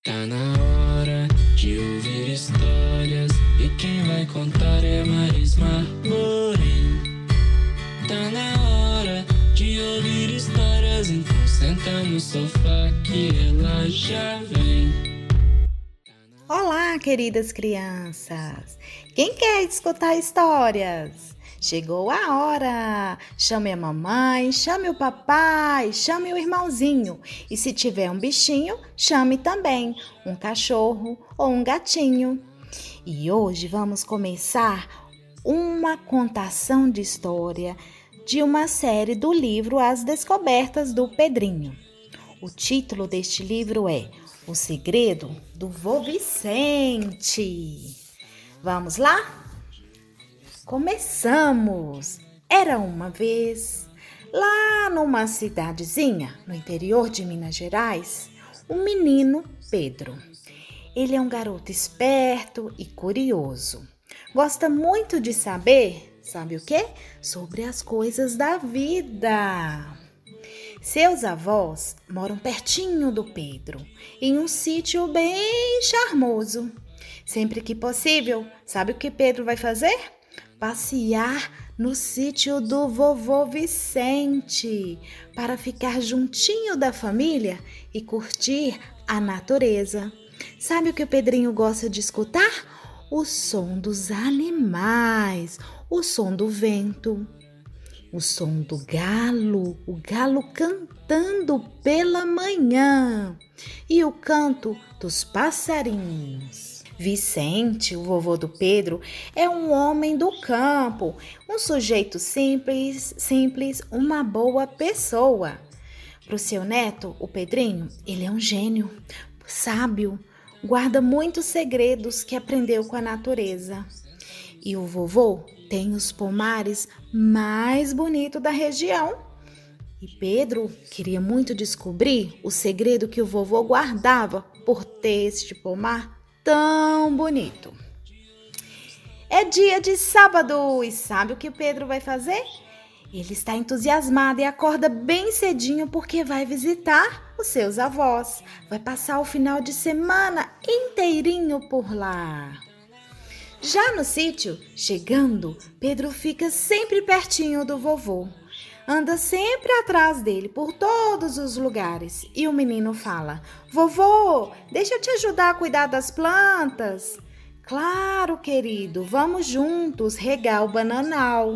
Tá na hora de ouvir histórias e quem vai contar é Marismar Morim. Tá na hora de ouvir histórias, então senta no sofá que ela já vem. Olá, queridas crianças! Quem quer escutar histórias? Chegou a hora! Chame a mamãe, chame o papai, chame o irmãozinho. E se tiver um bichinho, chame também um cachorro ou um gatinho. E hoje vamos começar uma contação de história de uma série do livro As Descobertas do Pedrinho. O título deste livro é O Segredo do Vô Vicente. Vamos lá? Começamos! Era uma vez, lá numa cidadezinha no interior de Minas Gerais, um menino Pedro. Ele é um garoto esperto e curioso. Gosta muito de saber, sabe o quê? Sobre as coisas da vida. Seus avós moram pertinho do Pedro, em um sítio bem charmoso. Sempre que possível, sabe o que Pedro vai fazer? Passear no sítio do vovô Vicente, para ficar juntinho da família e curtir a natureza. Sabe o que o Pedrinho gosta de escutar? O som dos animais, o som do vento. O som do galo, o galo cantando pela manhã e o canto dos passarinhos. Vicente, o vovô do Pedro, é um homem do campo, um sujeito simples, uma boa pessoa. Para o seu neto, o Pedrinho, ele é um gênio, sábio, guarda muitos segredos que aprendeu com a natureza. E o vovô tem os pomares mais bonitos da região. E Pedro queria muito descobrir o segredo que o vovô guardava por ter este pomar tão bonito. É dia de sábado e sabe o que Pedro vai fazer? Ele está entusiasmado e acorda bem cedinho porque vai visitar os seus avós. Vai passar o final de semana inteirinho por lá. Já no sítio, chegando, Pedro fica sempre pertinho do vovô. Anda sempre atrás dele por todos os lugares. E o menino fala: Vovô, deixa eu te ajudar a cuidar das plantas. Claro, querido, vamos juntos regar o bananal.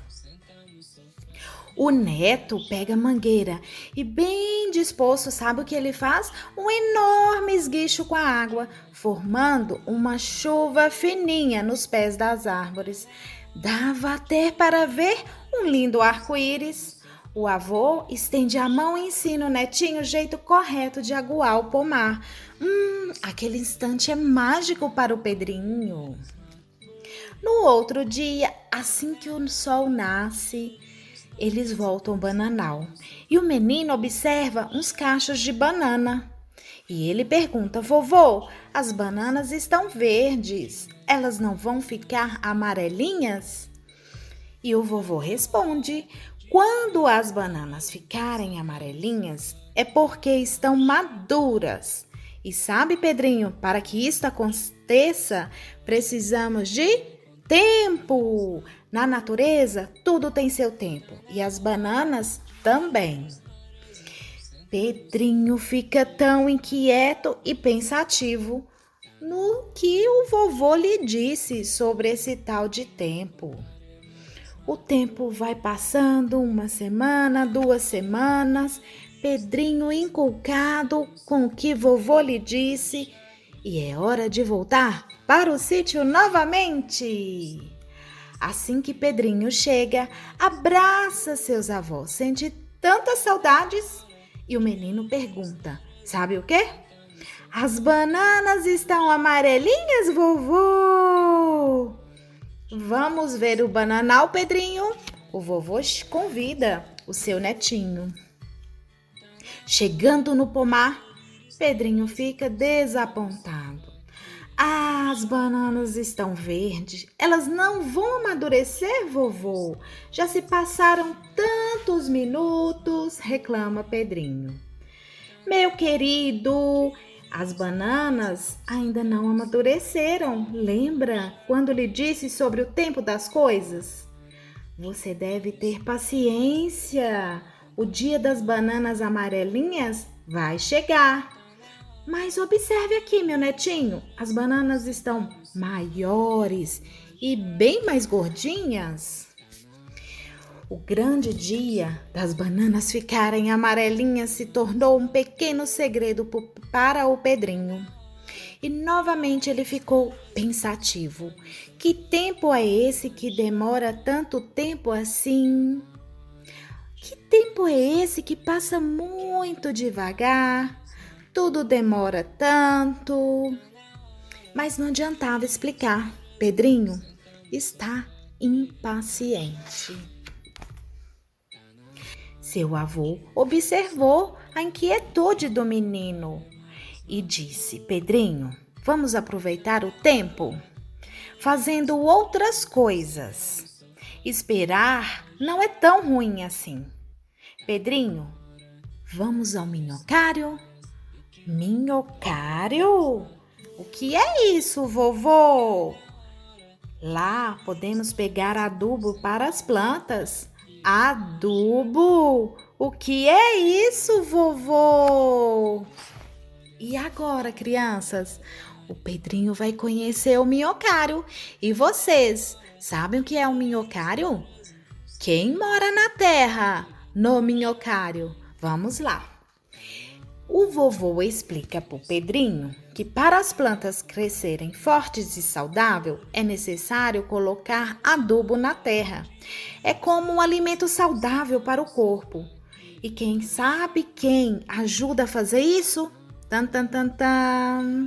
O neto pega a mangueira e, bem disposto, sabe o que ele faz? Um enorme esguicho com a água, formando uma chuva fininha nos pés das árvores. Dava até para ver um lindo arco-íris. O avô estende a mão e ensina o netinho o jeito correto de aguar o pomar. Aquele instante é mágico para o Pedrinho. No outro dia, assim que o sol nasce, eles voltam ao bananal e o menino observa uns cachos de banana. E ele pergunta: Vovô, as bananas estão verdes, elas não vão ficar amarelinhas? E o vovô responde: quando as bananas ficarem amarelinhas, é porque estão maduras. E sabe, Pedrinho, para que isso aconteça, precisamos de tempo. Na natureza, tudo tem seu tempo e as bananas também. Pedrinho fica tão inquieto e pensativo no que o vovô lhe disse sobre esse tal de tempo. O tempo vai passando, uma semana, 2 semanas, Pedrinho inculcado com o que vovô lhe disse, e é hora de voltar para o sítio novamente. Assim que Pedrinho chega, abraça seus avós, sente tantas saudades. E o menino pergunta: sabe o quê? As bananas estão amarelinhas, vovô? Vamos ver o bananal, Pedrinho? O vovô convida o seu netinho. Chegando no pomar, Pedrinho fica desapontado. As bananas estão verdes, elas não vão amadurecer, vovô. Já se passaram tantos minutos, reclama Pedrinho. Meu querido, As bananas ainda não amadureceram. Lembra quando lhe disse sobre o tempo das coisas? Você deve ter paciência. O dia das bananas amarelinhas vai chegar. Mas observe aqui, meu netinho. As bananas estão maiores e bem mais gordinhas. O grande dia das bananas ficarem amarelinhas se tornou um pequeno segredo para o Pedrinho. E novamente ele ficou pensativo. Que tempo é esse que demora tanto tempo assim? Que tempo é esse que passa muito devagar? Tudo demora tanto. Mas não adiantava explicar. Pedrinho está impaciente. Seu avô observou a inquietude do menino e disse: Pedrinho, vamos aproveitar o tempo fazendo outras coisas. Esperar não é tão ruim assim. Pedrinho, vamos ao minhocário? Minhocário? O que é isso, vovô? Lá podemos pegar adubo para as plantas. Adubo? O que é isso, vovô? E agora, crianças? O Pedrinho vai conhecer o minhocário. E vocês, sabem o que é um minhocário? Quem mora na terra no minhocário? Vamos lá. O vovô explica para o Pedrinho que para as plantas crescerem fortes e saudáveis é necessário colocar adubo na terra. É como um alimento saudável para o corpo. E quem sabe quem ajuda a fazer isso? Tan, tan, tan, tan.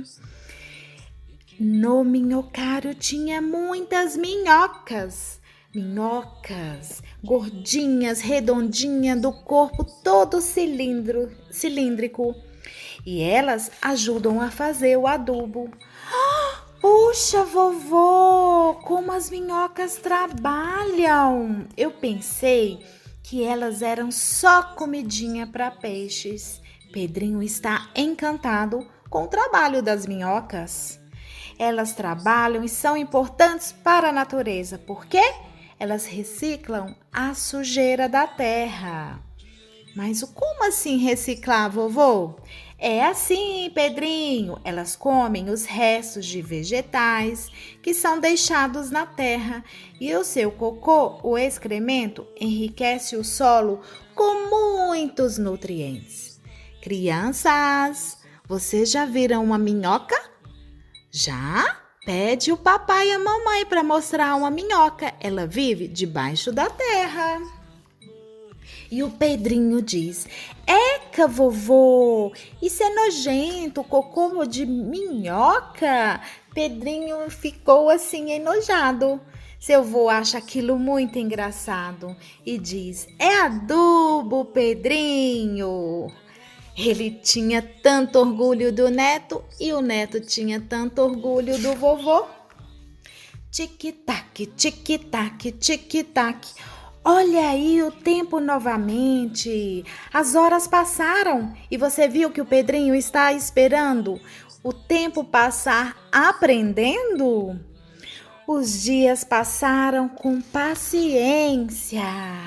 No minhocário tinha muitas minhocas. Minhocas gordinhas, redondinhas, do corpo todo cilíndrico. E elas ajudam a fazer o adubo. Puxa, vovô, como as minhocas trabalham! Eu pensei que elas eram só comidinha para peixes. Pedrinho está encantado com o trabalho das minhocas. Elas trabalham e são importantes para a natureza. Por quê? Elas reciclam a sujeira da terra. Mas como assim reciclar, vovô? É assim, Pedrinho. Elas comem os restos de vegetais que são deixados na terra e o seu cocô, o excremento, enriquece o solo com muitos nutrientes. Crianças, vocês já viram uma minhoca? Já? Pede o papai e a mamãe para mostrar uma minhoca. Ela vive debaixo da terra. E o Pedrinho diz: Eca, vovô, isso é nojento, cocô de minhoca. Pedrinho ficou assim enojado. Seu avô acha aquilo muito engraçado e diz: É adubo, Pedrinho. Ele tinha tanto orgulho do neto e o neto tinha tanto orgulho do vovô. Tic-tac, tic-tac, tic-tac. Olha aí o tempo novamente. As horas passaram e você viu que o Pedrinho está esperando o tempo passar aprendendo? Os dias passaram com paciência.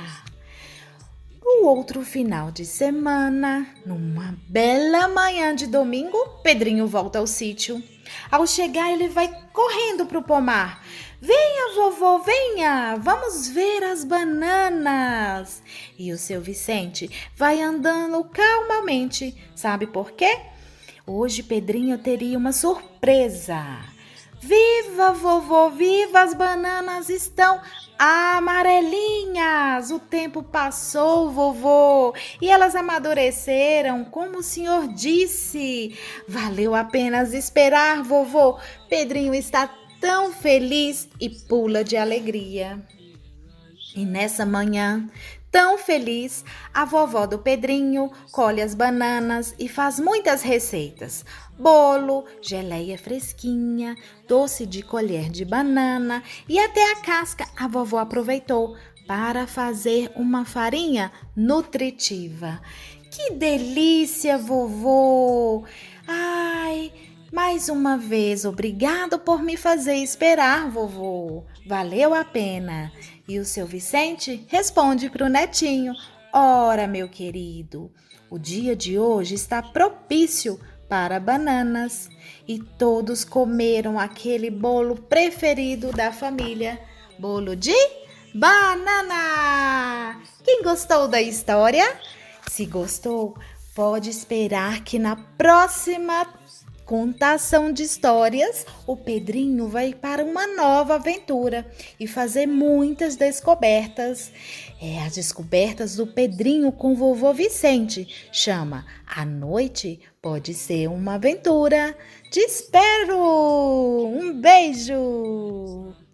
No outro final de semana, numa bela manhã de domingo, Pedrinho volta ao sítio. Ao chegar, ele vai correndo para o pomar. Venha, vovô, venha, vamos ver as bananas. E o seu Vicente vai andando calmamente. Sabe por quê? Hoje Pedrinho teria uma surpresa. Viva, vovô, viva, as bananas estão amarelinhas. O tempo passou, vovô, e elas amadureceram, como o senhor disse. Valeu a pena esperar, vovô. Pedrinho está tão feliz e pula de alegria. E nessa manhã tão feliz, a vovó do Pedrinho colhe as bananas e faz muitas receitas. Bolo, geleia fresquinha, doce de colher de banana e até a casca a vovó aproveitou para fazer uma farinha nutritiva. Que delícia, vovô! Ai, mais uma vez, obrigado por me fazer esperar, vovô. Valeu a pena. E o seu Vicente responde para o netinho: ora, meu querido, o dia de hoje está propício para bananas. E todos comeram aquele bolo preferido da família, bolo de banana. Quem gostou da história? Se gostou, pode esperar que na próxima contação de histórias, o Pedrinho vai para uma nova aventura e fazer muitas descobertas. As descobertas do Pedrinho com o vovô Vicente. Chama A Noite Pode Ser uma Aventura. Te espero! Um beijo!